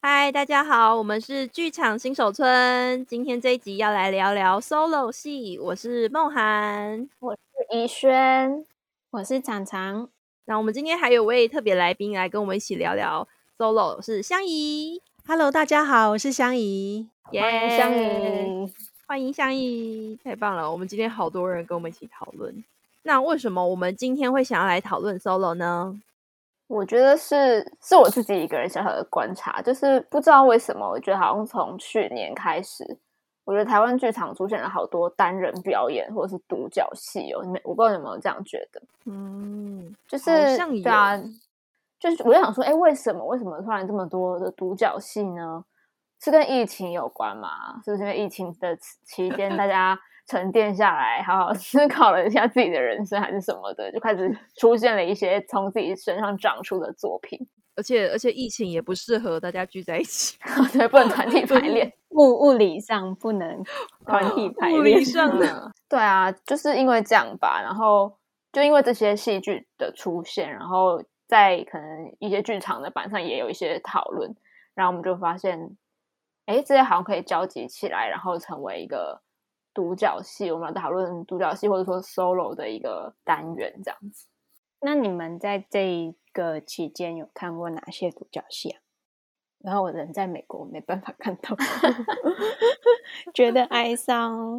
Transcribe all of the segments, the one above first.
嗨，大家好，我们是剧场新手村。今天这一集要来聊聊 solo 戏，我是梦涵， 我是怡轩， 我是常常。 那我们今天还有位特别来宾来跟我们一起聊聊 solo， 是香怡。 Hello， 大家好，我是香怡， 欢迎香怡， 欢迎香怡，太棒了！我们今天好多人跟我们一起讨论。那为什么我们今天会想要来讨论 solo 呢？ 我觉得是我自己一个人小小的观察，就是不知道为什么，我觉得好像从去年开始，我觉得台湾剧场出现了好多单人表演或者是独角戏哦。我不知道你有没有这样觉得？就是好像有对啊，就是我就想说，为什么突然这么多的独角戏呢？是跟疫情有关吗？是不是因为疫情的期间大家沉淀下来，好好思考了一下自己的人生，还是什么的，就开始出现了一些从自己身上长出的作品。 而且疫情也不适合大家聚在一起， 对，不能团体排练， 物理上不能团体排练。 物理上对啊，就是因为这样吧。然后就因为这些戏剧的出现，然后在可能一些剧场的版上也有一些讨论，然后我们就发现，这些好像可以交集起来，然后成为一个独角戏。我们来讨论独角戏或者说 solo 的一个单元这样子。 那你们在这一个期间有看过哪些独角戏啊？然后我人在美国没办法看到，觉得哀伤。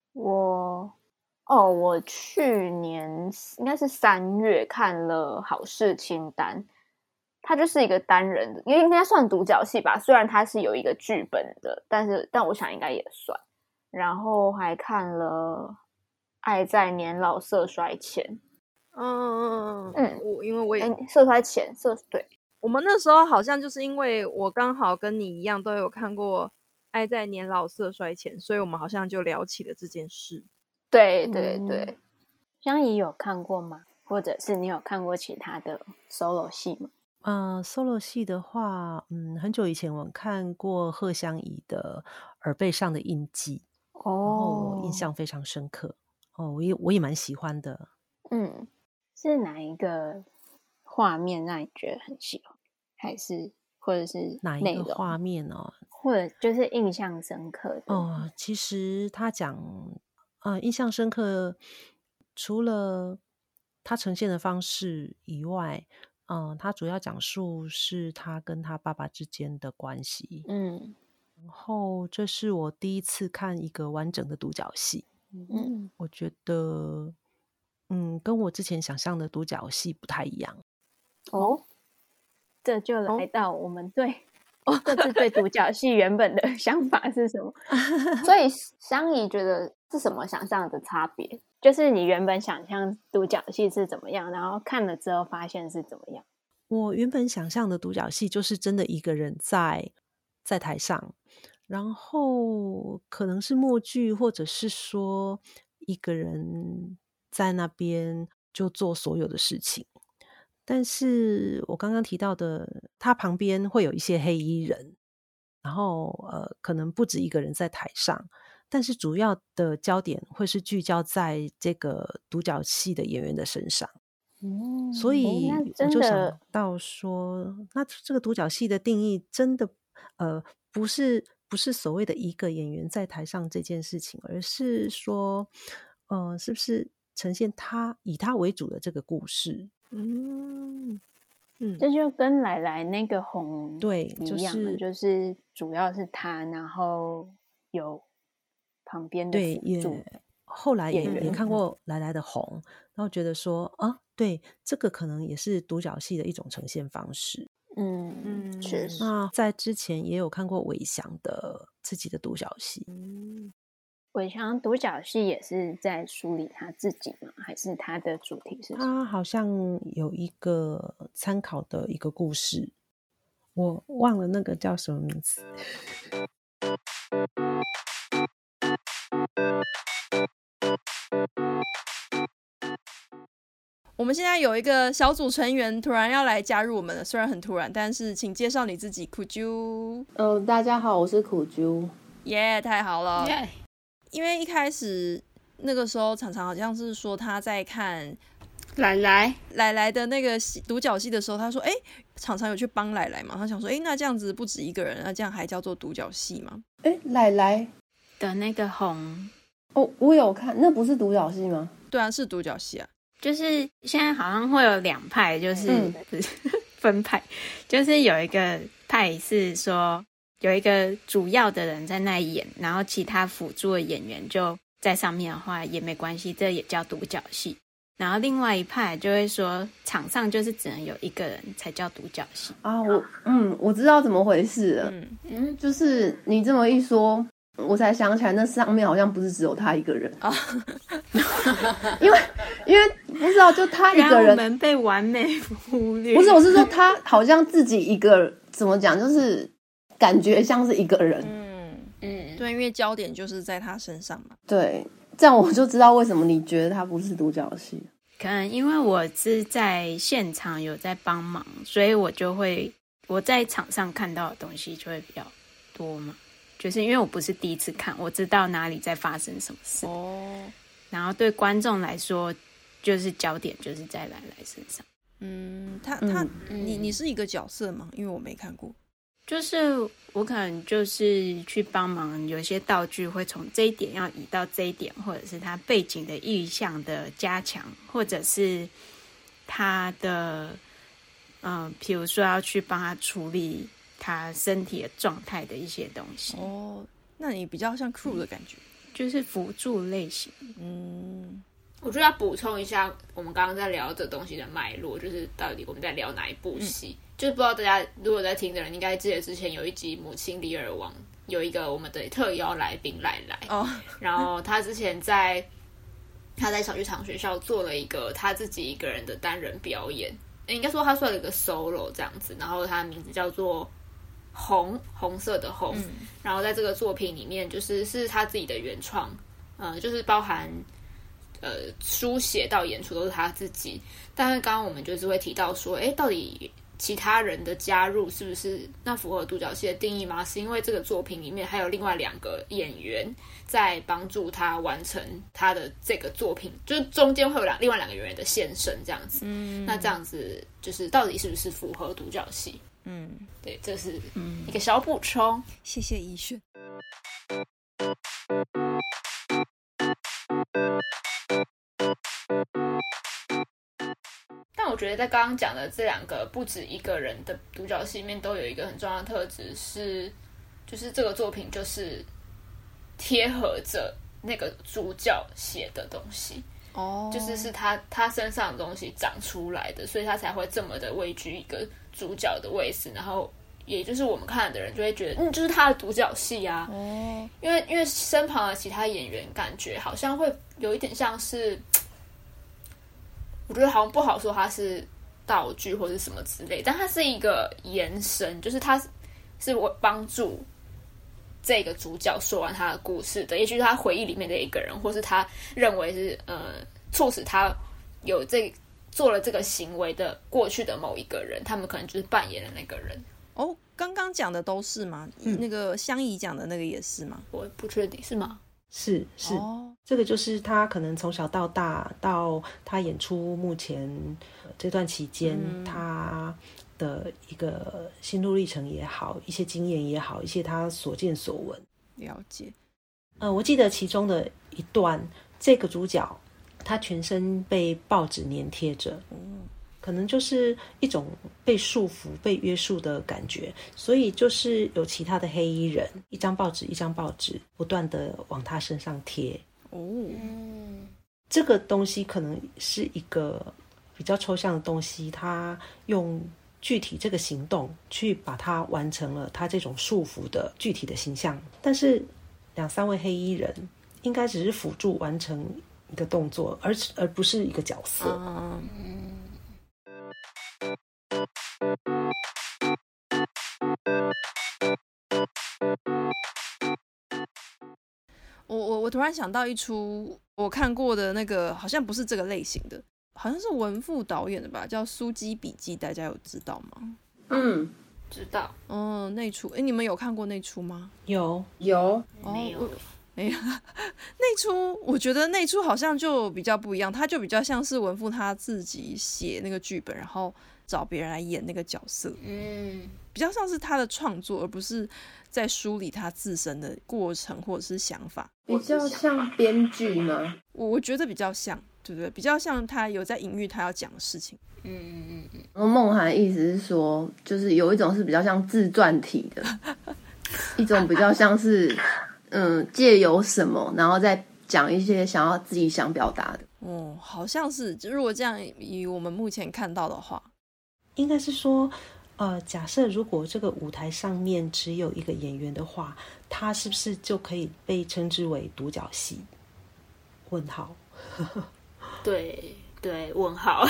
我去年应该是3月看了《好事清单》，它就是一个单人的，因为应该算独角戏吧，虽然它是有一个剧本的，但我想应该也算。然后还看了《爱在年老色衰前》。 因为我也色衰前对， 我们那时候好像就是因为我刚好跟你一样都有看过《爱在年老色衰前》，所以我们好像就聊起了这件事。 对对对。 香怡有看过吗？或者是你有看过其他的 solo 戏吗 ？solo 戏的话，很久以前我看过贺香怡的《耳背上的印记》，然后我印象非常深刻。我也蛮喜欢的。 是哪一个画面让你觉得很喜欢，还是或者是哪一个画面哦？ 或者就是印象深刻的？ 其实他讲印象深刻，除了他呈现的方式以外，他主要讲述是他跟他爸爸之间的关系。然后这是我第一次看一个完整的独角戏。我觉得跟我之前想象的独角戏不太一样。 这就来到我们各自对独角戏原本的想法是什么？ 所以香怡觉得是什么想象的差别？ 就是你原本想象独角戏是怎么样，然后看了之后发现是怎么样？ 我原本想象的独角戏就是真的一个人在台上，然后可能是默剧，或者是说一个人在那边就做所有的事情。但是我刚刚提到的，他旁边会有一些黑衣人，然后可能不止一个人在台上，但是主要的焦点会是聚焦在这个独角戏的演员的身上。所以我就想到说，那这个独角戏的定义真的不是所谓的一个演员在台上这件事情，而是说是不是呈现以他为主的这个故事。 这就跟来来那个红对一样，就是主要是他，然后有旁边的辅助。 后来也看过来来的红，然后觉得说对，这个可能也是独角戏的一种呈现方式。 确实。 那在之前也有看过伟翔的自己的独角戏。 伟翔独角戏也是在梳理他自己吗？还是他的主题是什么？ 他好像有一个参考的一个故事，我忘了那个叫什么名字。 我们现在有一个小组成员突然要来加入我们了，虽然很突然，但是请介绍你自己，苦啾。 大家好，我是苦啾。 太好了。因为一开始那个时候常常好像是说他在看莱莱的那个独角戏的时候，他说常常有去帮莱莱嘛，他想说那这样子不止一个人，那这样还叫做独角戏吗？ 莱莱的那个红我有看，那不是独角戏吗？ 对啊，是独角戏啊。 就是现在好像会有两派，就是不是分派，就是有一个派是说有一个主要的人在那演，然后其他辅助的演员就在上面的话也没关系，这也叫独角戏。然后另外一派就会说场上就是只能有一个人才叫独角戏啊。我知道怎么回事了。就是你这么一说，我才想起来，那上面好像不是只有他一个人啊。因为不知道，就他一个人， 我们被完美忽略。 不是，我是说他好像自己一个，怎么讲，就是感觉像是一个人。 对，因为焦点就是在他身上嘛。 对，这样我就知道为什么你觉得他不是独角戏。 可能因为我是在现场有在帮忙，所以我在场上看到的东西就会比较多嘛。就是因为我不是第一次看，我知道哪里在发生什么事。然后对观众来说，就是焦点就是在莱莱身上。 你是一个角色吗？因为我没看过。 就是我可能就是去帮忙，有些道具会从这一点要移到这一点，或者是他背景的意象的加强，或者是他的比如说要去帮他处理他身体的状态的一些东西。 那你比较像 crew 的感觉， 就是辅助类型。 我就要补充一下我们刚刚在聊这东西的脉络，就是到底我们在聊哪一部戏。就是不知道大家如果在听的人应该记得之前有一集母亲李尔王有一个我们的特邀来宾莱莱，然后他之前在小剧场学校做了一个他自己一个人的单人表演，应该说他做了一个 solo 这样子，然后他的名字叫做红色的红，然后在这个作品里面是他自己的原创，就是包含书写到演出都是他自己，但是刚刚我们就是会提到说到底其他人的加入是不是那符合独角戏的定义吗？是因为这个作品里面还有另外2个演员在帮助他完成他的这个作品，就是中间会有另外2个演员的现身这样子。那这样子就是到底是不是符合独角戏？对，这是一个小补充。 谢谢怡萱。 但我觉得在刚刚讲的这2个不止一个人的独角戏里面，都有一个很重要的特质是，就是这个作品就是贴合着那个主角写的东西。就是他身上的东西长出来的，所以他才会这么的位居一个主角的位置，然后也就是我们看的人就会觉得就是他的独角戏啊。因为身旁的其他演员感觉好像会有一点像是，我觉得好像不好说他是道具或者什么之类，但他是一个延伸，就是他是帮助这个主角说完他的故事的，也许是他回忆里面的一个人，或是他认为是促使他有做了这个行为的过去的某一个人，他们可能就是扮演了那个人。 刚刚讲的都是吗？那个香怡讲的那个也是吗？ 我不确定，是吗？ 是这个就是他可能从小到大到他演出目前这段期间，他的一个心路历程也好，一些经验也好，一些他所见所闻。 了解。 我记得其中的一段，这个主角他全身被报纸粘贴着，可能就是一种被束缚、被约束的感觉，所以就是有其他的黑衣人，一张报纸一张报纸不断的往他身上贴。这个东西可能是一个比较抽象的东西，他用具体这个行动去把它完成了他这种束缚的具体的形象，但是2-3位黑衣人应该只是辅助完成一个动作，而不是一个角色。 我突然想到一出我看过的那个，好像不是这个类型的，好像是文富导演的吧，叫《苏基笔记》，大家有知道吗？ 知道。 那出你们有看过那出吗？ 有没有哎呀，那出我觉得那出好像就比较不一样，他就比较像是文富他自己写那个剧本，然后找别人来演那个角色，比较像是他的创作，而不是在梳理他自身的过程或者是想法。 比较像编剧吗？ 我觉得比较像，对不对？比较像他有在隐喻他要讲的事情。 梦涵意思是说，就是有一种是比较像自传体的，一种比较像是借由什么，然后再讲一些自己想表达的。 哦，好像是，如果这样以我们目前看到的话， 应该是说，假设如果这个舞台上面只有一个演员的话，他是不是就可以被称之为独角戏？问号。 对对，问号。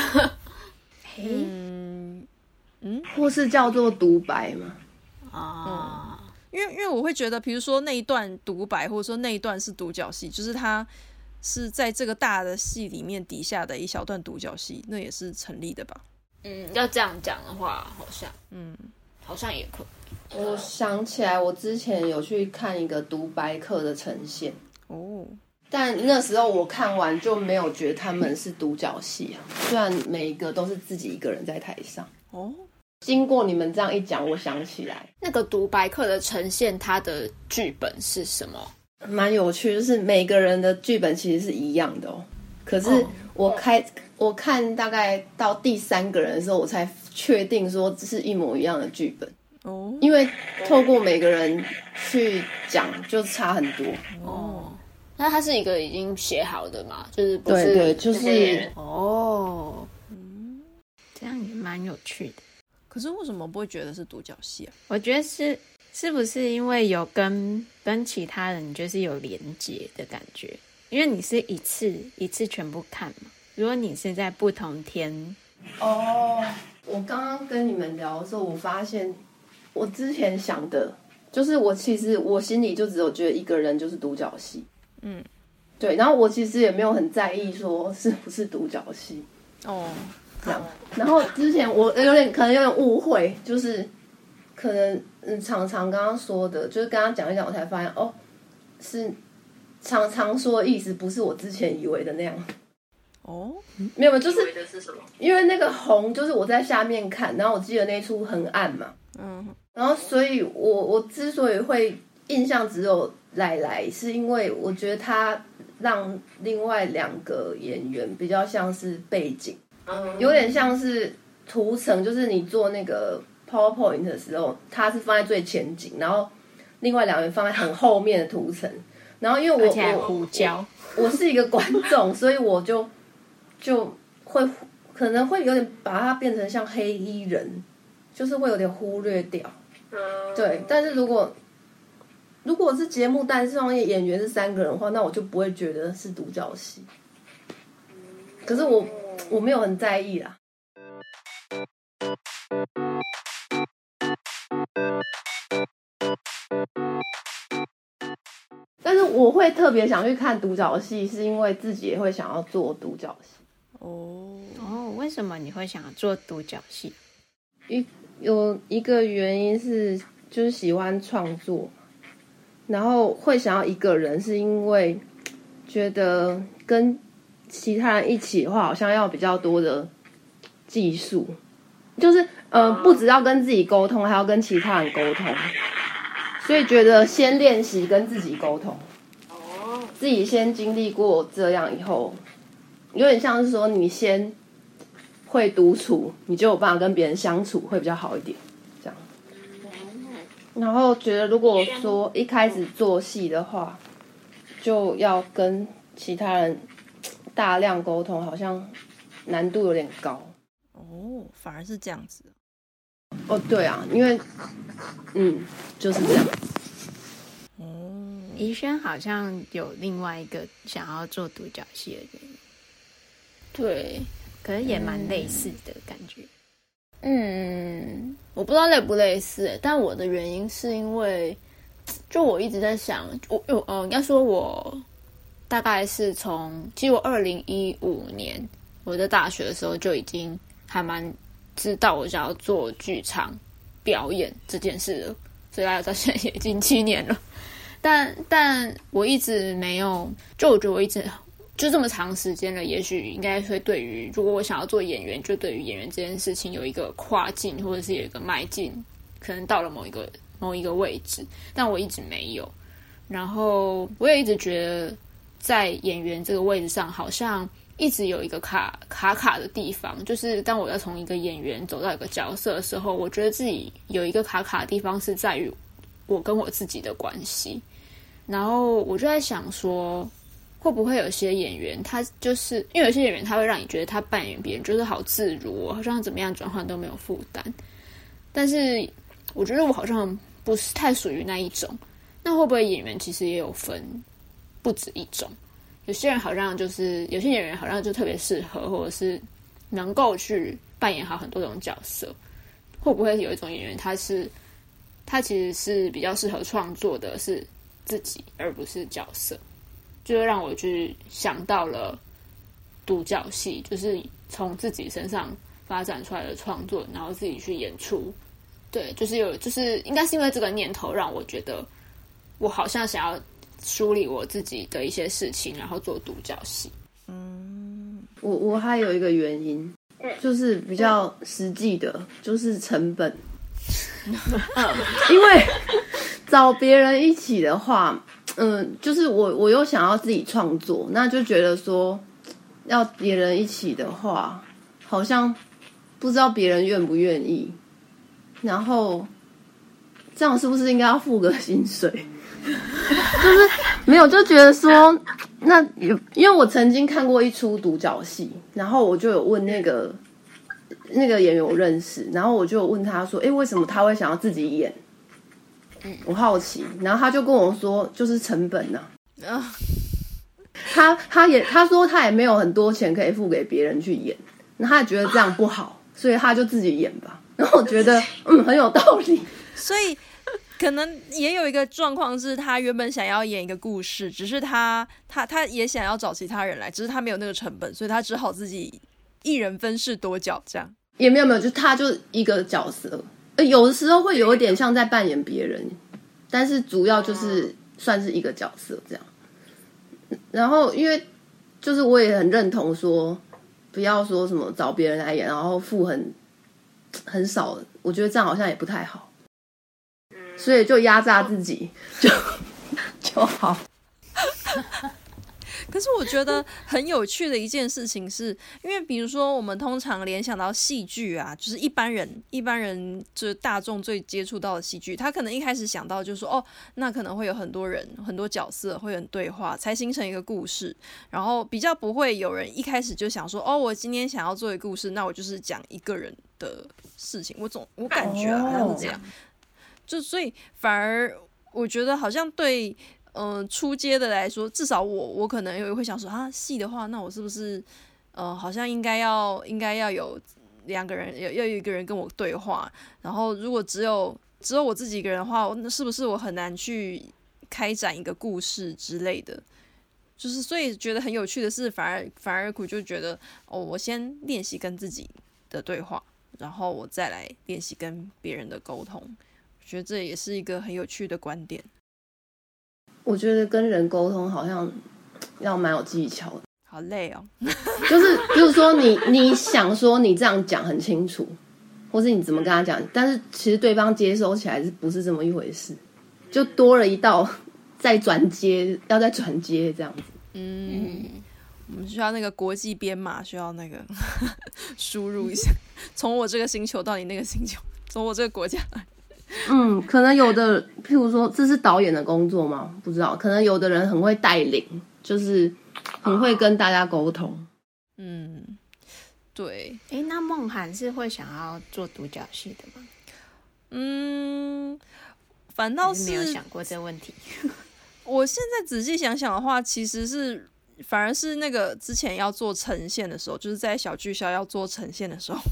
或是叫做独白嘛？ 因为我会觉得，比如说那一段独白，或者说那一段是独角戏，就是他是在这个大的戏里面底下的一小段独角戏，那也是成立的吧？ 要这样讲的话，好像也可以。 我想起来，我之前有去看一个独白课的呈现但那时候我看完就没有觉得他们是独角戏虽然每一个都是自己一个人在台上。经过你们这样一讲，我想起来那个独白课的呈现，它的剧本是什么？ 蛮有趣，就是每个人的剧本其实是一样的可是我看大概到第3个人的时候，我才确定说这是一模一样的剧本因为透过每个人去讲就差很多那它是一个已经写好的嘛？就是不是对，就是这样也蛮有趣的。 可是为什么不会觉得是独角戏啊？ 我觉得是不是因为有跟其他人就是有连结的感觉？因为你是一次全部看嘛。如果你是在不同天我刚刚跟你们聊的时候，我发现我之前想的就是其实我心里就只有觉得一个人就是独角戏对，然后我其实也没有很在意说是不是独角戏这样。然后之前我可能有点误会，就是可能常常刚刚说的，就是跟他讲一讲，我才发现是常常说的意思不是我之前以为的那样没有，就是因为那个红就是我在下面看，然后我记得那一出很暗嘛然后所以我之所以会印象只有来是因为我觉得他让另外2个演员比较像是背景有点像是图层，就是你做那个 PowerPoint 的时候，它是放在最前景，然后另外2个人放在很后面的图层。然后因为我是一个观众，所以我就会可能会有点把它变成像黑衣人，就是会有点忽略掉。对，但是如果是节目单上演员是3个人的话，那我就不会觉得是独角戏。可是我没有很在意啦。但是我会特别想去看独角戏，是因为自己也会想要做独角戏。 为什么你会想要做独角戏？ 有一个原因是就是喜欢创作，然后会想要一个人，是因为觉得跟其他人一起的话，好像要比较多的技术，就是不只要跟自己沟通，还要跟其他人沟通，所以觉得先练习跟自己沟通，自己先经历过这样以后，有点像是说你先会独处，你就有办法跟别人相处，会比较好一点，这样。然后觉得如果说一开始做戏的话，就要跟其他人大量沟通，好像难度有点高。 反而是这样子。 对啊，因为就是这样。 怡萱好像有另外一个想要做独角戏的原因。 对， 可是也蛮类似的感觉。 我不知道类不类似，但我的原因是因为，就我一直在想，应该说我大概是其实我2015年我在大学的时候就已经还蛮知道我想要做剧场表演这件事了，所以到现在也已经7年了。 但我一直没有，就我觉得我一直就这么长时间了，也许应该会对于如果我想要做演员，就对于演员这件事情有一个跨境，或者是有一个迈进，可能到了某一个位置，但我一直没有。然后我也一直觉得在演员这个位置上好像一直有一个卡的地方，就是当我要从一个演员走到一个角色的时候，我觉得自己有一个卡的地方是在于我跟我自己的关系。然后我就在想说，会不会有些演员他就是因为有些演员他会让你觉得他扮演别人就是好自如，好像怎么样转换都没有负担，但是我觉得我好像不是太属于那一种。那会不会演员其实也有分不止一种？有些人好像就是有些演员好像就特别适合，或者是能够去扮演好很多种角色。会不会有一种演员他其实是比较适合创作的是自己而不是角色？就让我去想到了独角戏，就是从自己身上发展出来的创作，然后自己去演出。对，就是应该是因为这个念头让我觉得我好像想要梳理我自己的一些事情，然后做独角戏。 我还有一个原因，就是比较实际的，就是成本。因为找别人一起的话，就是我又想要自己创作，那就觉得说要别人一起的话，好像不知道别人愿不愿意，然后这样是不是应该要付个薪水？就是没有，就觉得说那因为我曾经看过一出独角戏，然后我就有问那个演员我认识，然后我就有问他说为什么他会想要自己演？我好奇，然后他就跟我说就是成本啊。他说他也没有很多钱可以付给别人去演，那他也觉得这样不好，所以他就自己演吧。然后我觉得很有道理。 所以可能也有一个状况是他原本想要演一个故事，只是他也想要找其他人来，只是他没有那个成本，所以他只好自己一人分饰多角这样。 也没有，就他就一个角色，有的时候会有一点像在扮演别人，但是主要就是算是一个角色这样。然后因为就是我也很认同说不要说什么找别人来演然后付很少的，我觉得这样好像也不太好，所以就压榨自己就好。 可是我觉得很有趣的一件事情是，因为比如说我们通常联想到戏剧啊，就是一般人就是大众最接触到的戏剧，他可能一开始想到就是说那可能会有很多人很多角色会有对话才形成一个故事，然后比较不会有人一开始就想说我今天想要做一个故事，那我就是讲一个人的事情，我感觉好像是这样。就所以反而我觉得好像对初阶的来说，至少我可能也会想说戏的话，那我是不是好像应该要有两个人，要有一个人跟我对话，然后如果只有我自己一个人的话，那是不是我很难去开展一个故事之类的？就是所以觉得很有趣的是，反而苦就觉得我先练习跟自己的对话，然后我再来练习跟别人的沟通，我觉得这也是一个很有趣的观点。 我觉得跟人沟通好像要蛮有技巧的， 好累哦。 就是说你想说你这样讲很清楚，或是你怎么跟他讲，但是其实对方接收起来不是这么一回事，就多了一道再转接，要再转接这样子。 我们需要那个国际编码，需要那个输入一下，从我这个星球到你那个星球，从我这个国家来。 可能有的，譬如说这是导演的工作吗？不知道，可能有的人很会带领，就是很会跟大家沟通。 对。 那梦涵是会想要做独角戏的吗？ 反倒是没有想过这个问题。 我现在仔细想想的话，其实反而是那个之前要做呈现的时候，就是在小剧校要做呈现的时候。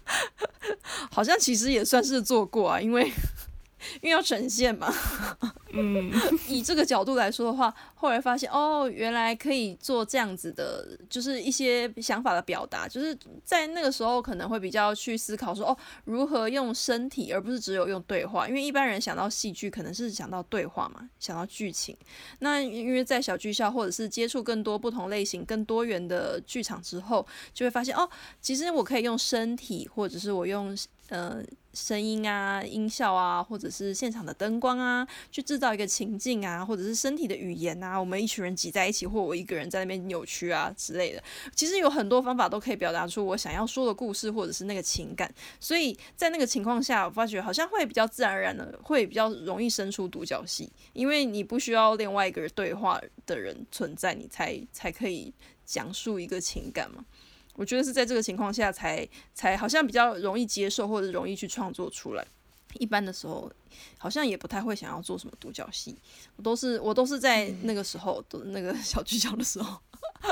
好像其实也算是做过啊，因为要呈现嘛， 以这个角度来说的话，后来发现原来可以做这样子的，就是一些想法的表达，就是在那个时候可能会比较去思考说如何用身体，而不是只有用对话。因为一般人想到戏剧可能是想到对话嘛，想到剧情。那因为在小剧校或者是接触更多不同类型、更多元的剧场之后，就会发现其实我可以用身体，或者是我用声音啊、音效啊，或者是现场的灯光啊，去制造一个情境啊，或者是身体的语言啊，我们一群人挤在一起，或我一个人在那边扭曲啊之类的。其实有很多方法都可以表达出我想要说的故事，或者是那个情感。所以在那个情况下，我发觉好像会比较自然而然的，会比较容易生出独角戏，因为你不需要另外一个对话的人存在，你才可以讲述一个情感嘛。我觉得是在这个情况下才好像比较容易接受，或者容易去创作出来。一般的时候好像也不太会想要做什么独角戏，我都是在那个时候的那个小剧场的时候。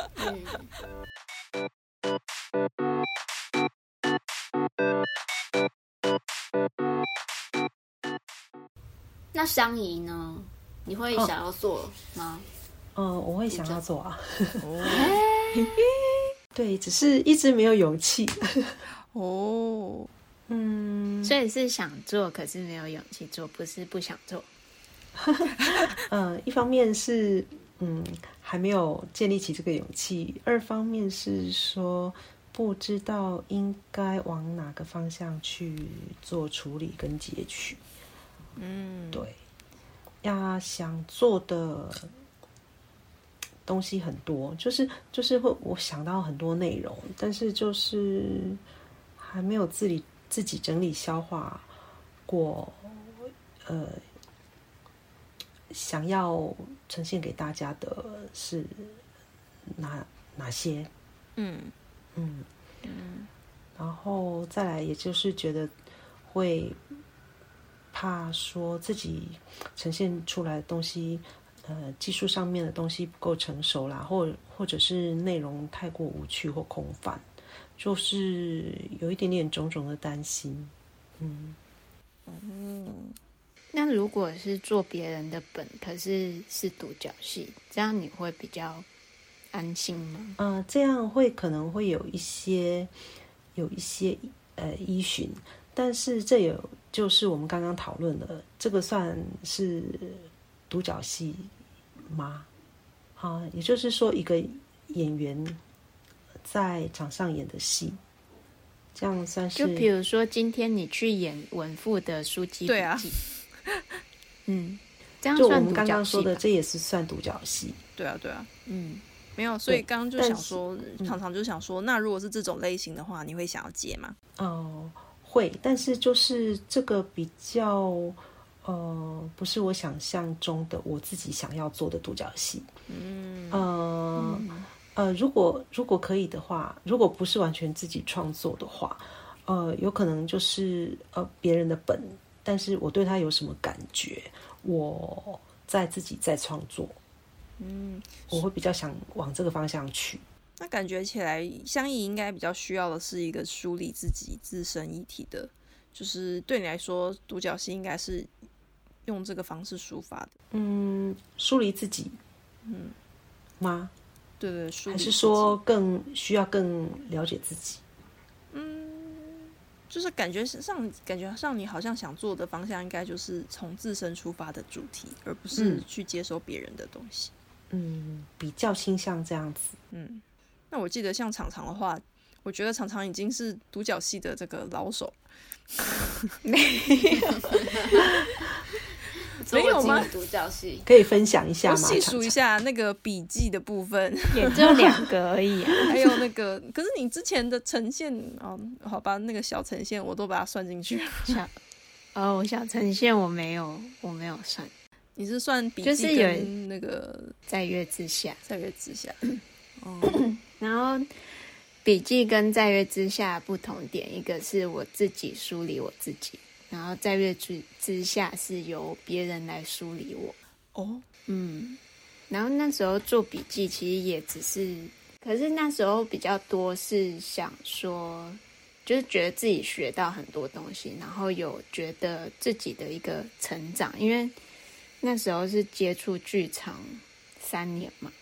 那香怡呢？你会想要做吗？ 我会想要做啊。对，只是一直没有勇气。 所以是想做，可是没有勇气做，不是不想做。 一方面是还没有建立起这个勇气，二方面是说不知道应该往哪个方向去做处理跟截取。对，要想做的东西很多，就是会我想到很多内容，但是就是还没有自己整理消化过，想要呈现给大家的是哪些？然后再来，也就是觉得会怕说自己呈现出来的东西。技术上面的东西不够成熟啦，或者是内容太过无趣或空泛，就是有一点点种种的担心。 那如果是做别人的本，可是独角戏，这样你会比较安心吗？ 这样可能会有一些依循，但是这也就是我们刚刚讨论的，这个算是独角戏吗？也就是说一个演员在场上演的戏，这样算是。 就比如说今天你去演文富的书记笔记， 对啊， 这样算独角戏吧？ 就我们刚刚说的，这也是算独角戏。 对啊，没有，所以刚刚就想说，常常就想说，那如果是这种类型的话，你会想要接吗？ 会，但是就是这个比较。不是我想象中的我自己想要做的独角戏。如果可以的话，如果不是完全自己创作的话，有可能就是别人的本，但是我对他有什么感觉，我自己在创作。我会比较想往这个方向去。 那感觉起来，香怡应该比较需要的是一个梳理自己自身议题的，就是对你来说，独角戏应该是用这个方式抒发的。 梳理自己，吗？ 对，梳理自己， 还是说更需要更了解自己？ 就是感觉上你好像想做的方向，应该就是从自身出发的主题，而不是去接收别人的东西。 比较倾向这样子。 那我记得像常常的话，我觉得常常已经是独角戏的这个老手。 没有吗？独角戏可以分享一下吗？ 我细数一下那个笔记的部分， 也只有2个而已啊。 还有那个，可是你之前的呈现好吧，那个小呈现我都把它算进去了。 小呈现我没有算。 你是算笔记跟那个在月之下，然后笔记跟在月之下不同点，一个是我自己梳理我自己，然后在月之下是由别人来梳理我。然后那时候做笔记其实也只是，可是那时候比较多是想说，就是觉得自己学到很多东西，然后有觉得自己的一个成长，因为那时候是接触剧场3年嘛，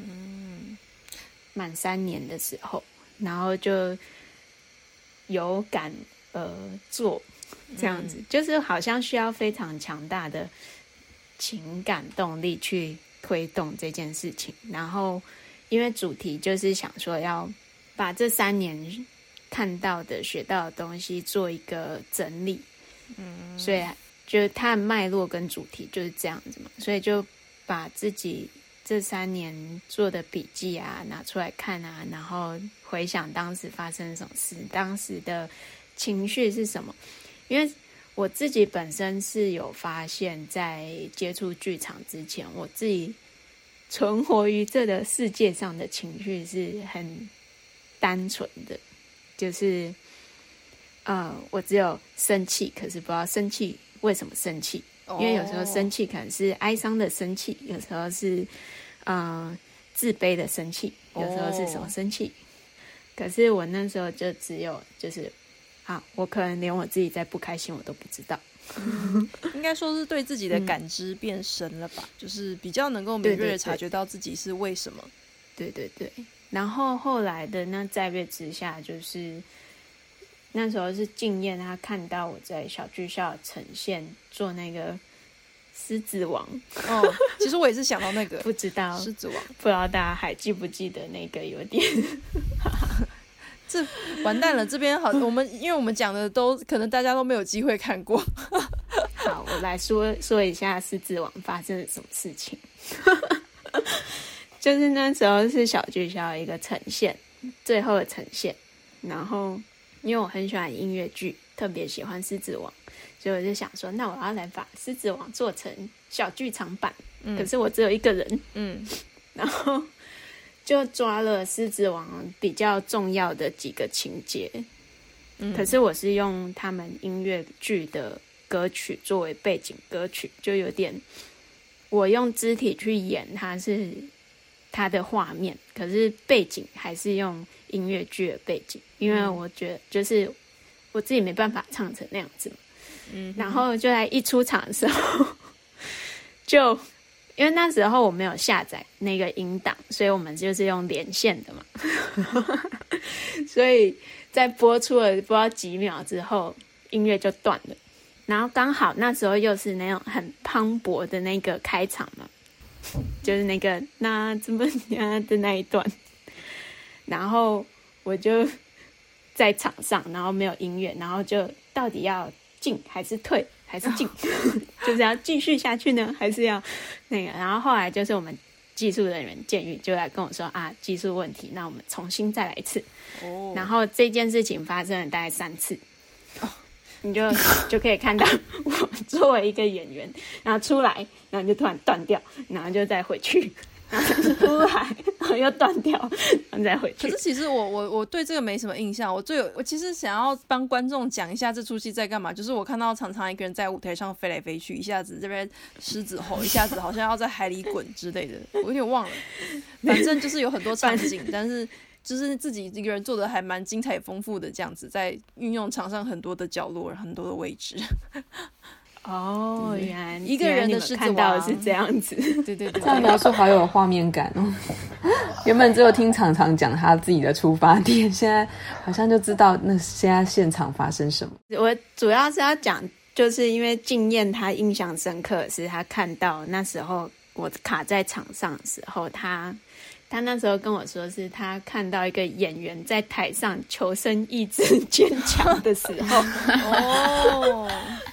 满3年的时候，然后就有感而作这样子，就是好像需要非常强大的情感动力去推动这件事情。然后因为主题就是想说要把这3年看到的学到的东西做一个整理，所以就是它的脉络跟主题就是这样子嘛，所以就把自己这3年做的笔记啊拿出来看啊，然后回想当时发生什么事，当时的情绪是什么。因为我自己本身是有发现，在接触剧场之前，我自己存活于这个世界上的情绪是很单纯的，就是我只有生气，可是不知道生气为什么生气，因为有时候生气可能是哀伤的生气，有时候是自卑的生气，有时候是什么生气，可是我那时候就只有就是我可能连我自己在不开心我都不知道。 应该说是对自己的感知变深了吧，就是比较能够敏锐的察觉到自己是为什么。 对对对，然后后来的那在月之下，就是那时候是敬燕他看到我在小剧校呈现做那个狮子王。 其实我也是想到那个不知道狮子王， 不知道大家还记不记得那个有点这完蛋了，这边好，因为我们讲的都可能大家都没有机会看过。 好，我来说一下狮子王发生了什么事情。就是那时候是小剧校一个呈现，最后的呈现，然后因为我很喜欢音乐剧，特别喜欢狮子王，所以我就想说，那我要来把狮子王做成小剧场版，可是我只有1个人，然后就抓了狮子王比较重要的几个情节，可是我是用他们音乐剧的歌曲作为背景歌曲，就有点我用肢体去演它的画面，可是背景还是用音乐剧的背景，因为我觉得就是我自己没办法唱成那样子嘛。然后就在一出场的时候就因为那时候我没有下载那个音档，所以我们就是用连线的嘛所以在播出了不知道几秒之后音乐就断了，然后刚好那时候又是那种很磅礴的那个开场嘛，就是那个那怎么样的那一段，然后我就在场上，然后没有音乐，然后就到底要进还是退还是进就是要继续下去呢还是要那个，然后后来就是我们技术人员建议就来跟我说技术问题，那我们重新再来一次。然后这件事情发生了大概3次，你就可以看到我作为一个演员，然后出来，然后就突然断掉，然后就再回去，然后出来，然后又断掉，然后再回去。 可是其实我对这个没什么印象，我其实想要帮观众讲一下这出戏在干嘛，就是我看到常常一个人在舞台上飞来飞去，一下子这边狮子吼，一下子好像要在海里滚之类的，我有点忘了。反正就是有很多场景，但是就是自己一个人做的还蛮精彩丰富的，这样子在运用场上很多的角落，很多的位置。 原来一个人的狮子王看到的是这样子。 对， 这样描述好有画面感哦。原本只有听常常讲他自己的出发点，现在好像就知道那现在现场发生什么。 我主要是要讲，就是因为敬燕他印象深刻的是他看到那时候我卡在场上的时候，他那时候跟我说是他看到一个演员在台上求生意志坚强的时候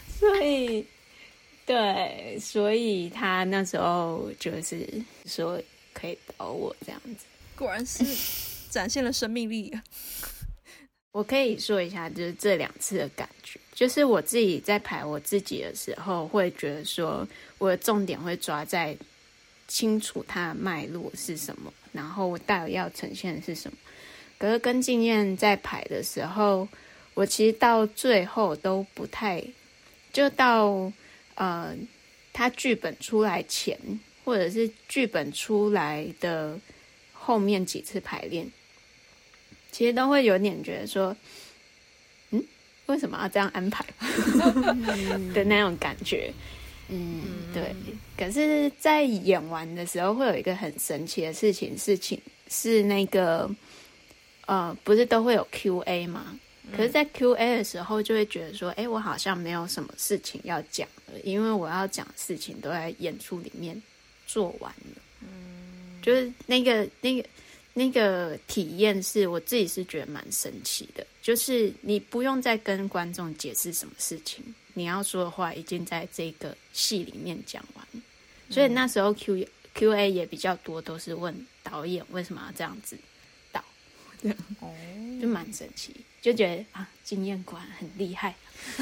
所以他那时候就是说可以找我这样子， 果然是展现了生命力啊。 我可以说一下就是这2次的感觉，就是我自己在排我自己的时候会觉得说我的重点会抓在清楚它的脉络是什么，然后我到底要呈现的是什么。可是跟敬燕在排的时候，我其实到最后都不太，就到他剧本出来前，或者是剧本出来的后面几次排练，其实都会有点觉得说为什么要这样安排的那种感觉。 对。可是在演完的时候会有一个很神奇的事情是那个不是都会有 QA 吗？可是在 QA 的时候就会觉得说我好像没有什么事情要讲了，因为我要讲的事情都在演出里面做完了。就是那个体验是我自己是觉得蛮神奇的，就是你不用再跟观众解释什么事情，你要说的话已经在这个戏里面讲完。所以那时候 QA 也比较多，都是问导演为什么要这样子导，就蛮神奇，就觉得经验果然很厉害。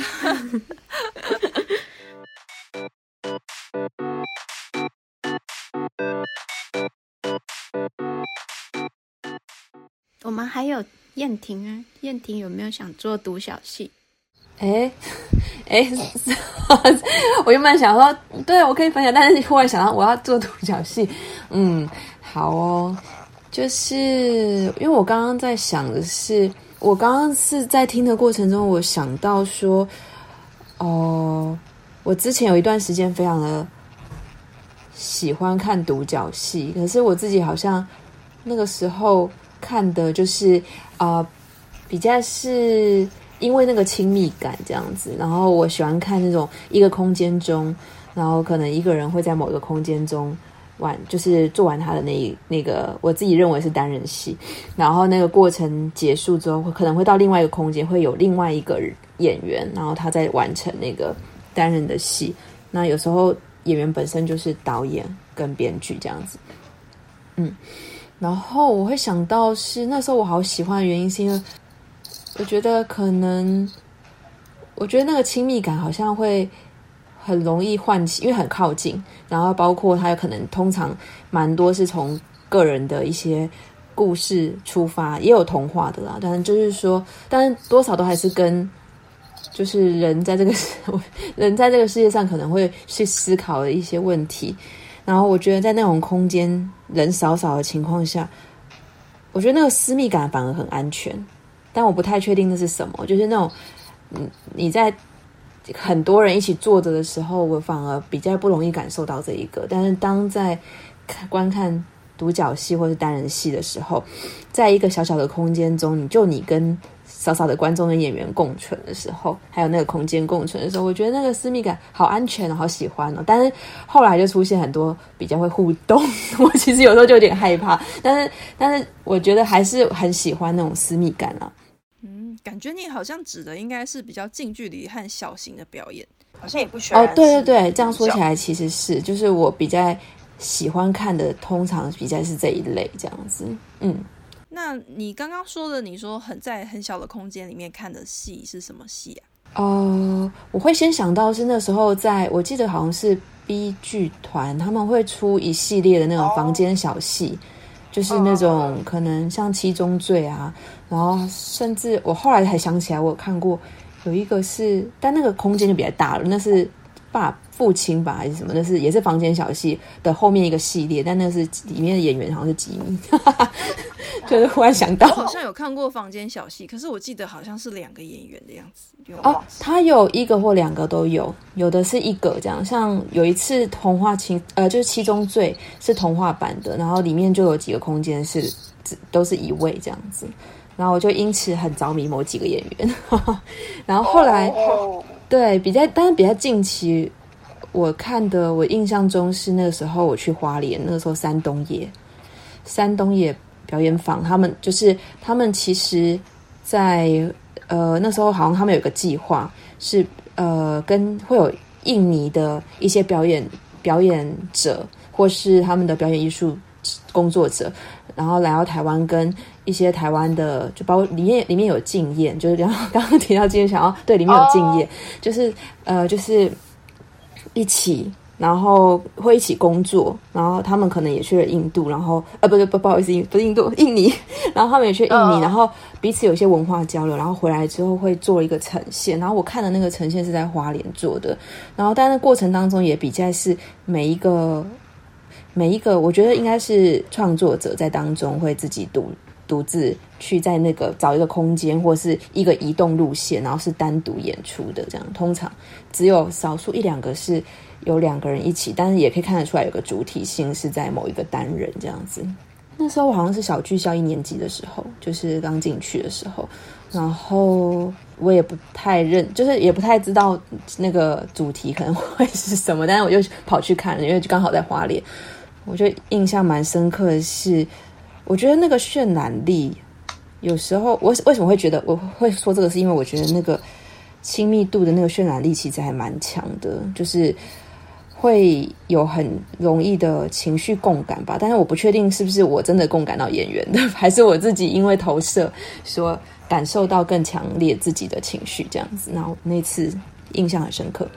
我们还有燕婷啊，燕婷有没有想做独角戏？ 我原本想说，对我可以分享，但是忽然想到我要做独角戏。好哦，就是因为我刚刚在想的是，我刚刚是在听的过程中，我想到说，我之前有一段时间非常的喜欢看独角戏，可是我自己好像那个时候看的就是比较是因为那个亲密感这样子，然后我喜欢看那种一个空间中，然后可能一个人会在某一个空间中就是做完他的那个我自己认为是单人戏，然后那个过程结束之后可能会到另外一个空间，会有另外一个演员，然后他在完成那个单人的戏。那有时候演员本身就是导演跟编剧这样子。然后我会想到是那时候我好喜欢的原因是因为我觉得那个亲密感好像会很容易唤起，因为很靠近，然后包括它有可能通常蛮多是从个人的一些故事出发，也有童话的啦，但就是说，但是多少都还是跟就是人在这个世界上可能会去思考的一些问题。然后我觉得在那种空间人少的情况下，我觉得那个私密感反而很安全，但我不太确定那是什么，就是那种你在很多人一起坐着的时候，我反而比较不容易感受到这一个。但是当在观看独角戏或是单人戏的时候，在一个小小的空间中，你跟少少的观众跟演员共存的时候，还有那个空间共存的时候，我觉得那个私密感好安全哦，好喜欢哦。但是后来就出现很多比较会互动，我其实有时候就有点害怕，但是我觉得还是很喜欢那种私密感啊。 感觉你好像指的应该是比较近距离和小型的表演， 好像也不喜欢。 对，这样说起来其实是，就是我比较喜欢看的，通常比较是这一类这样子。 那你刚刚说的，你说在很小的空间里面看的戏是什么戏啊？ 我会先想到是那时候我记得好像是 B 剧团，他们会出一系列的那种房间小戏，就是那种可能像七宗罪啊，然后甚至我后来才想起来，我有看过有一个是，但那个空间就比较大了，那是父亲吧还是什么，那是也是房间小戏的后面一个系列，但那是里面的演员好像是吉米，就是忽然想到， 我好像有看过房间小戏，可是我记得好像是2个演员的样子。 他有1个或2个都有，有的是1个这样。像有一次童话就是七宗罪是童话版的，然后里面就有几个空间是都是1位这样子，然后我就因此很着迷某几个演员，然后后来对但是比较近期我看的，我印象中是那个时候我去花莲，那个时候山东野表演坊，他们其实在那时候好像他们有个计划是跟会有印尼的一些表演者或是他们的表演艺术工作者，然后来到台湾跟一些台湾的，就包括里面有竞演，就是刚刚提到今天想要对里面有竞演，就是一起，然后会一起工作，然后他们可能也去了印度，然后不好意思，不是印度，印尼，然后他们也去印尼，然后彼此有一些文化交流，然后回来之后会做一个呈现，然后我看的那个呈现是在花莲做的，然后但是过程当中也比较是每一个我觉得应该是创作者在当中会自己独自去在那个找一个空间或是一个移动路线，然后是单独演出的这样。通常只有少数1-2个是有2个人一起，但是也可以看得出来有个主体性是在某一个单人这样子。那时候我好像是小剧校1年级的时候，就是刚进去的时候，然后我也不太就是也不太知道那个主题可能会是什么，但是我就跑去看了，因为就刚好在花莲。我觉得印象蛮深刻的是，我觉得那个渲染力有时候我为什么会觉得我会说这个，是因为我觉得那个亲密度的那个渲染力其实还蛮强的，就是会有很容易的情绪共感吧，但是我不确定是不是我真的共感到演员的，还是我自己因为投射说感受到更强烈自己的情绪这样子。然后那次印象很深刻。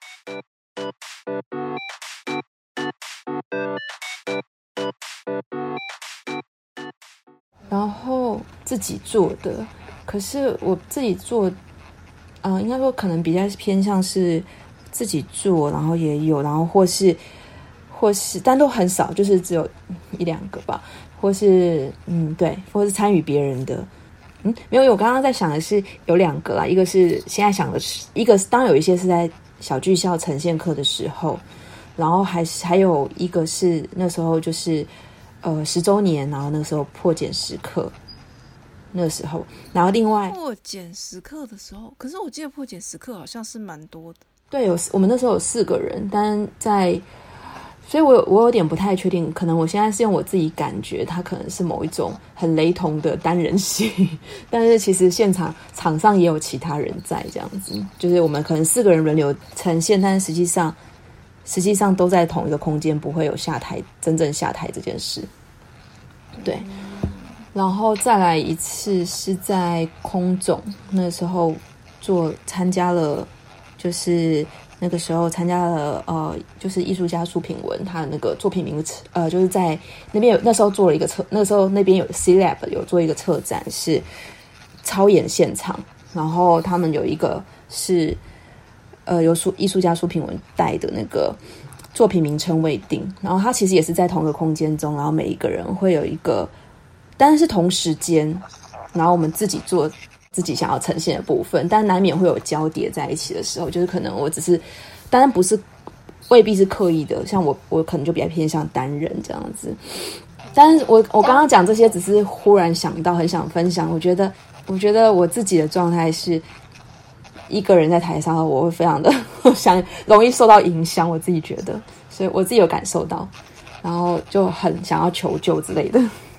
然后自己做的，可是我自己做应该说可能比较偏向是自己做，然后也有，然后或是但都很少，就是只有1-2个吧，或是对，或是参与别人的没有，我刚刚在想的是有2个啦，一个是现在想的是一个，当然有一些是在小剧校呈现课的时候，然后还有一个是那时候就是10周年，然后那个时候破茧时刻那个时候，然后另外破茧时刻的时候，可是我记得破茧时刻好像是蛮多的。 对，我们那时候有4个人，但所以我有点不太确定，可能我现在是用我自己感觉，它可能是某一种很雷同的单人戏，但是其实场上也有其他人在这样子，就是我们可能4个人轮流呈现，但是实际上都在同一个空间，不会有真正下台这件事。对，然后再来一次是在空总，那时候参加了，就是那个时候参加了就是艺术家苏品文他的那个作品名就是在那边那时候做了一个那个时候那边有 C Lab 有做一个策展是超演现场，然后他们有一个是由艺术家苏品文带的那个作品名称未定，然后他其实也是在同一个空间中，然后每一个人会有一个，但是同时间，然后我们自己做自己想要呈现的部分，但难免会有交叠在一起的时候，就是可能我只是，当然不是未必是刻意的，像我可能就比较偏向单人这样子。但是我刚刚讲这些只是忽然想到，很想分享。我觉得我自己的状态是一个人在台上，我会非常的容易受到影响，我自己觉得，所以我自己有感受到，然后就很想要求救之类的。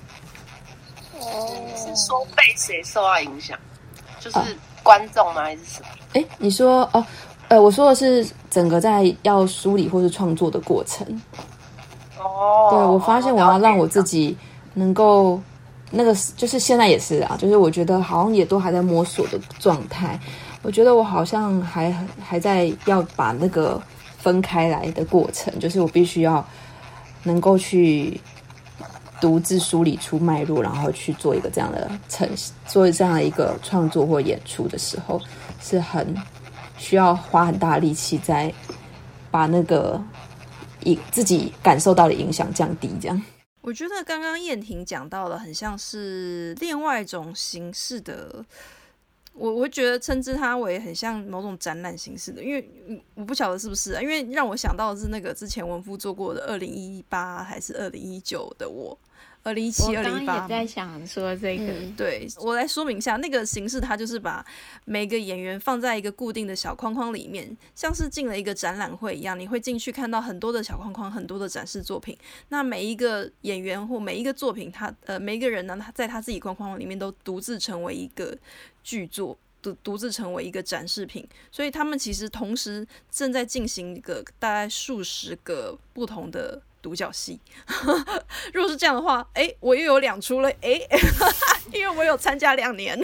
是说被谁受到影响？就是观众吗？还是什么？ 你说我说的是整个在要梳理或是创作的过程。对，我发现我要让我自己能够那个，就是现在也是啊，就是我觉得好像也都还在摸索的状态。我觉得我好像还在要把那个分开来的过程，就是我必须要能够去独自梳理出脉络，然后去做一个这样的做这样的一个创作或演出的时候，是很需要花很大的力气在把那个自己感受到的影响降低这样。 我觉得刚刚燕婷讲到的很像是另外一种形式的，我会觉得称之它为很像某种展览形式的，因为我不晓得是不是因为让我想到的是那个之前文夫做过的2018还是2019的我2017、2018，我刚刚也在想说这个。 对，我来说明一下，那个形式它就是把每个演员放在一个固定的小框框里面，像是进了一个展览会一样，你会进去看到很多的小框框，很多的展示作品。那每一个演员或每一个作品，每一个人呢，他在他自己框框里面都独自成为一个剧作。独自成为一个展示品，所以他们其实同时正在进行一个大概数十个不同的独角戏。如果是这样的话，我又有2出了，因为我有参加2年。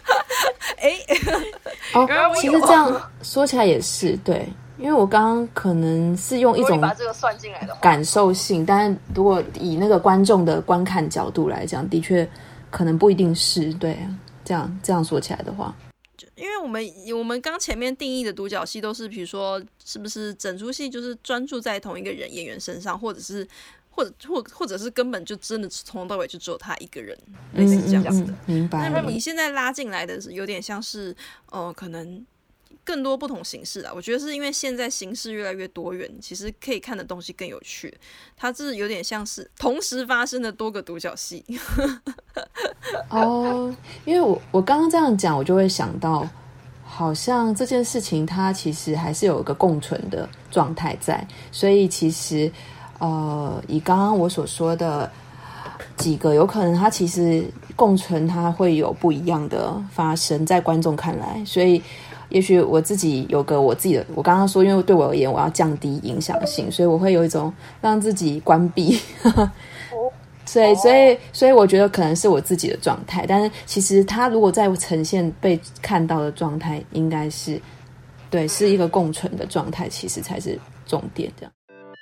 其实这样说起来也是对，因为我刚刚可能是用一种把这个算进来的感受性，但是如果以那个观众的观看角度来讲，的确可能不一定是对。这样说起来的话。 因为我们刚前面定义的独角戏都是比如说是不是整出戏就是专注在同一个演员身上，或者或者是根本就真的从头到尾就只有他一个人，类似这样子的。 明白。 那你现在拉进来的是有点像是可能更多不同形式啦，我觉得是因为现在形式越来越多元，其实可以看的东西更有趣。它是有点像是同时发生的多个独角戏。 哦，因为我刚刚这样讲，我就会想到，好像这件事情它其实还是有一个共存的状态在，所以其实以刚刚我所说的几个，有可能它其实共存，它会有不一样的发生，在观众看来，所以也许我自己有个我自己的，我刚刚说，因为对我而言，我要降低影响性，所以我会有一种让自己关闭。所以我觉得可能是我自己的状态，但是其实它如果在呈现被看到的状态，应该是对，是一个共存的状态，其实才是重点这样。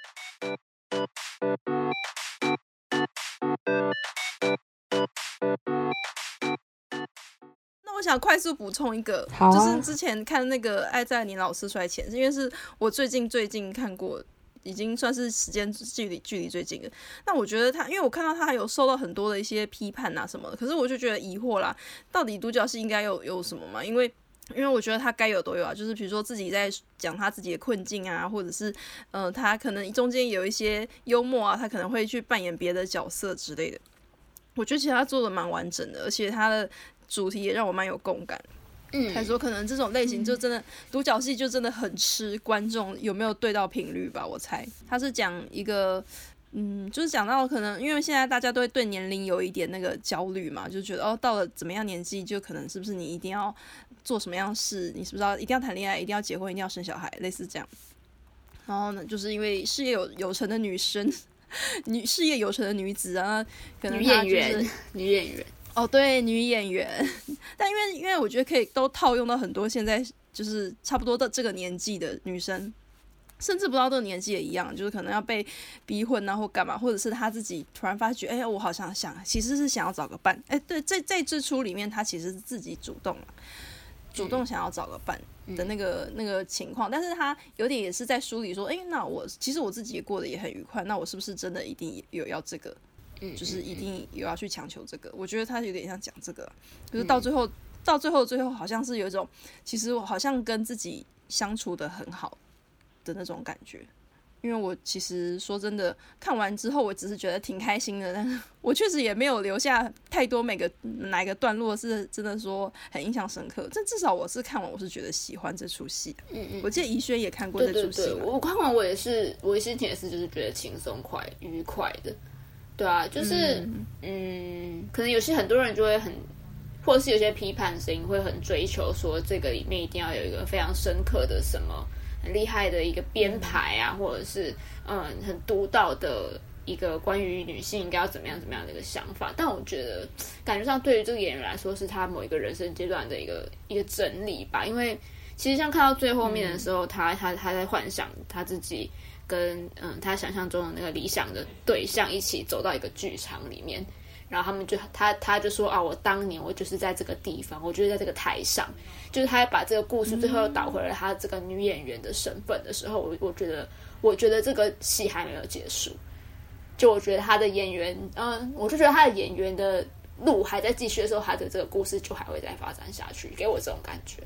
我想快速补充一个，就是之前看那个《爱在年老色衰前》，因为是我最近看过，已经算是时间距离最近的。那我觉得他，因为我看到他有受到很多的一些批判啊什么的，可是我就觉得疑惑啦，到底独角戏应该有什么嘛？因为我觉得他该有都有啊，就是比如说自己在讲他自己的困境啊，或者是他可能中间有一些幽默啊，他可能会去扮演别的角色之类的。我觉得其实他做的蛮完整的，而且他的主题也让我蛮有共感。还说可能这种类型就真的独角戏就真的很吃观众有没有对到频率吧，我猜他是讲一个就是讲到可能因为现在大家都会对年龄有一点那个焦虑嘛，就觉得到了怎么样年纪就可能是不是你一定要做什么样的事，你是不是一定要谈恋爱，一定要结婚，一定要生小孩，类似这样。然后呢就是因为事业有成的女生事业有成的女子啊，可能她就是女演员哦，对，女演员。但因为我觉得可以都套用到很多现在就是差不多的这个年纪的女生，甚至不到这个年纪也一样，就是可能要被逼婚啊或干嘛，或者是她自己突然发觉，我好像其实是想要找个伴。对，在这出里面，她其实是自己主动想要找个伴的那个情况，但是她有点也是在梳理说，那其实我自己也过得也很愉快，那我是不是真的一定有要这个？就是一定有要去强求这个，我觉得他有点像讲这个，就是到最后好像是有一种，其实我好像跟自己相处的很好的那种感觉。因为我其实说真的，看完之后我只是觉得挺开心的，但是我确实也没有留下太多哪一个段落是真的说很印象深刻。但至少我是看完，我是觉得喜欢这出戏。我记得怡轩也看过这出戏。 对，我看完我心情也是就是觉得轻松愉快的。对啊，就是可能有些很多人就会或者是有些批判声音会很追求说这个里面一定要有一个非常深刻的什么很厉害的一个编排啊，或者是很独到的一个关于女性应该要怎么样的一个想法。但我觉得感觉上对于这个演员来说是他某一个人生阶段的一个整理吧，因为其实像看到最后面的时候，他在幻想他自己跟他想象中的那个理想的对象一起走到一个剧场里面，然后他就说我当年我就是在这个地方，我就是在这个台上，就是他把这个故事最后又导回了他这个女演员的身份的时候，我觉得这个戏还没有结束，就我觉得他的演员我就觉得他的演员的路还在继续的时候，他的这个故事就还会再发展下去，给我这种感觉。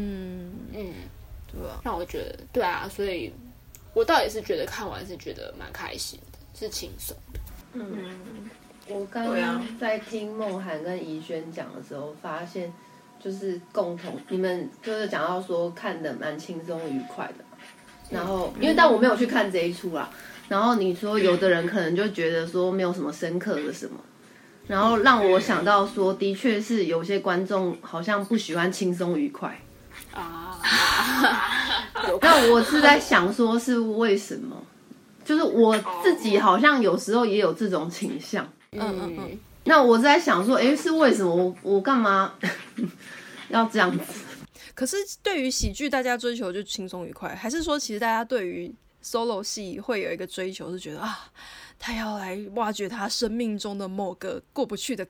对啊， 让我觉得对啊，所以我倒也是觉得看完是觉得蛮开心的，是轻松的。 我刚刚在听梦涵跟怡轩讲的时候，发现就是共同，你们就是讲到说看的蛮轻松愉快的，然后但我没有去看这一出啦。然后你说有的人可能就觉得说没有什么深刻的什么，然后让我想到说，的确是有些观众好像不喜欢轻松愉快啊。那我是在想说是为什么，就是我自己好像有时候也有这种倾向。那我在想说，是为什么我干嘛要这样子？ 可是对于喜剧，大家追求就轻松愉快，还是说其实大家对于 solo 戏会有一个追求，是觉得他要来挖掘他生命中的某个过不去的坎，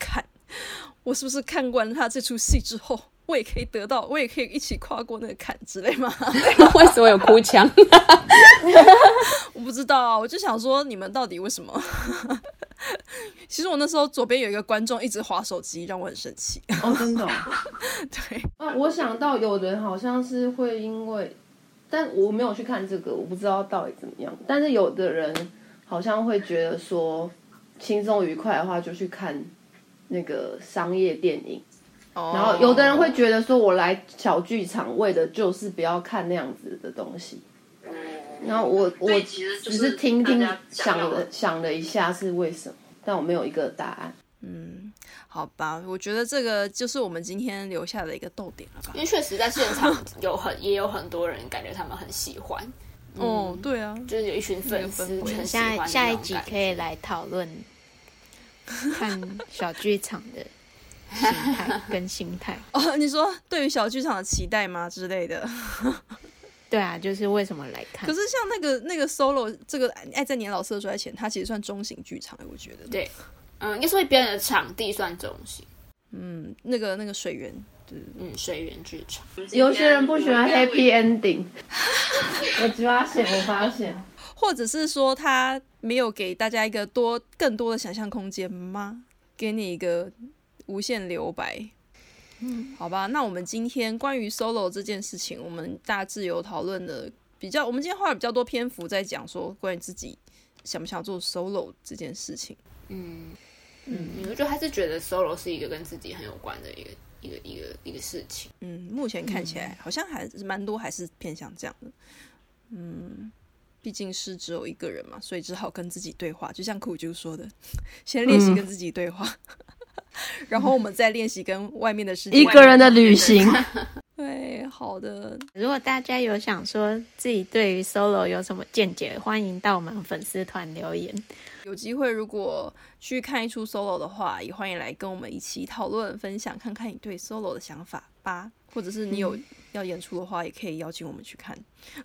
我是不是看完他这出戏之后，我也可以一起跨过那个坎之类吗？ 为什么有哭腔？ 我不知道啊，我就想说你们到底为什么？其实我那时候左边有一个观众一直滑手机，让我很生气。 哦，真的、哦。 对啊，我想到有人好像是会因为，但我没有去看这个，我不知道到底怎么样。但是有的人好像会觉得说，轻松愉快的话就去看那个商业电影。然后有的人会觉得说，我来小剧场为的就是不要看那样子的东西。然后我只是听想了一下是为什么，但我没有一个答案。 好吧，我觉得这个就是我们今天留下的一个逗点了吧。 因为确实在现场也有很多人感觉他们很喜欢。 对啊， 就是有一群粉丝很喜欢。 下一集可以来讨论看小剧场的形态跟心态。 你说对于小剧场的期待吗之类的？ 对啊，就是为什么来看？ 可是像那个 solo 这个爱在年老色衰前，它其实算中型剧场，我觉得。 对，应该说表演的场地算中型。 那个水源， 水源剧场。 有些人不喜欢 happy ending， 我发现， 或者是说他没有给大家一个更多的想象空间吗？给你一个无限留白。好吧，那我们今天关于 solo 这件事情，我们大致有讨论的我们今天花了比较多篇幅在讲说关于自己想不想做 solo 这件事情。 我就还是觉得 solo 是一个跟自己很有关的一个事情。 目前看起来好像还是蛮多，还是偏向这样的。毕竟是只有一个人嘛，所以只好跟自己对话，就像苦啾说的，先练习跟自己对话。然后我们再练习跟外面的世界一个人的旅行。 对，好的。 如果大家有想说自己对于 solo 有什么见解，欢迎到我们粉丝团留言。 有机会如果去看一出 solo 的话，也欢迎来跟我们一起讨论分享，看看你对 solo 的想法吧。或者是你有要演出的话，也可以邀请我们去看。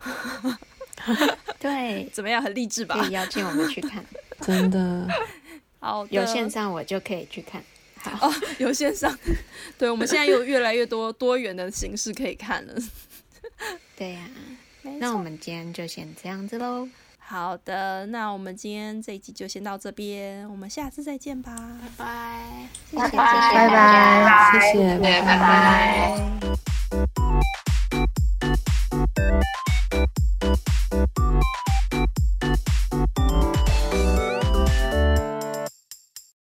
对， 怎么样？很励志吧？ 可以邀请我们去看。 真的。 好的， 有线上我就可以去看。 有线上。对，我们现在有越来越多元的形式可以看了。 对呀，那我们今天就先这样子咯。 好的，那我们今天这一集就先到这边，我们下次再见吧。 拜拜， 谢谢， 拜拜， 谢谢，拜拜。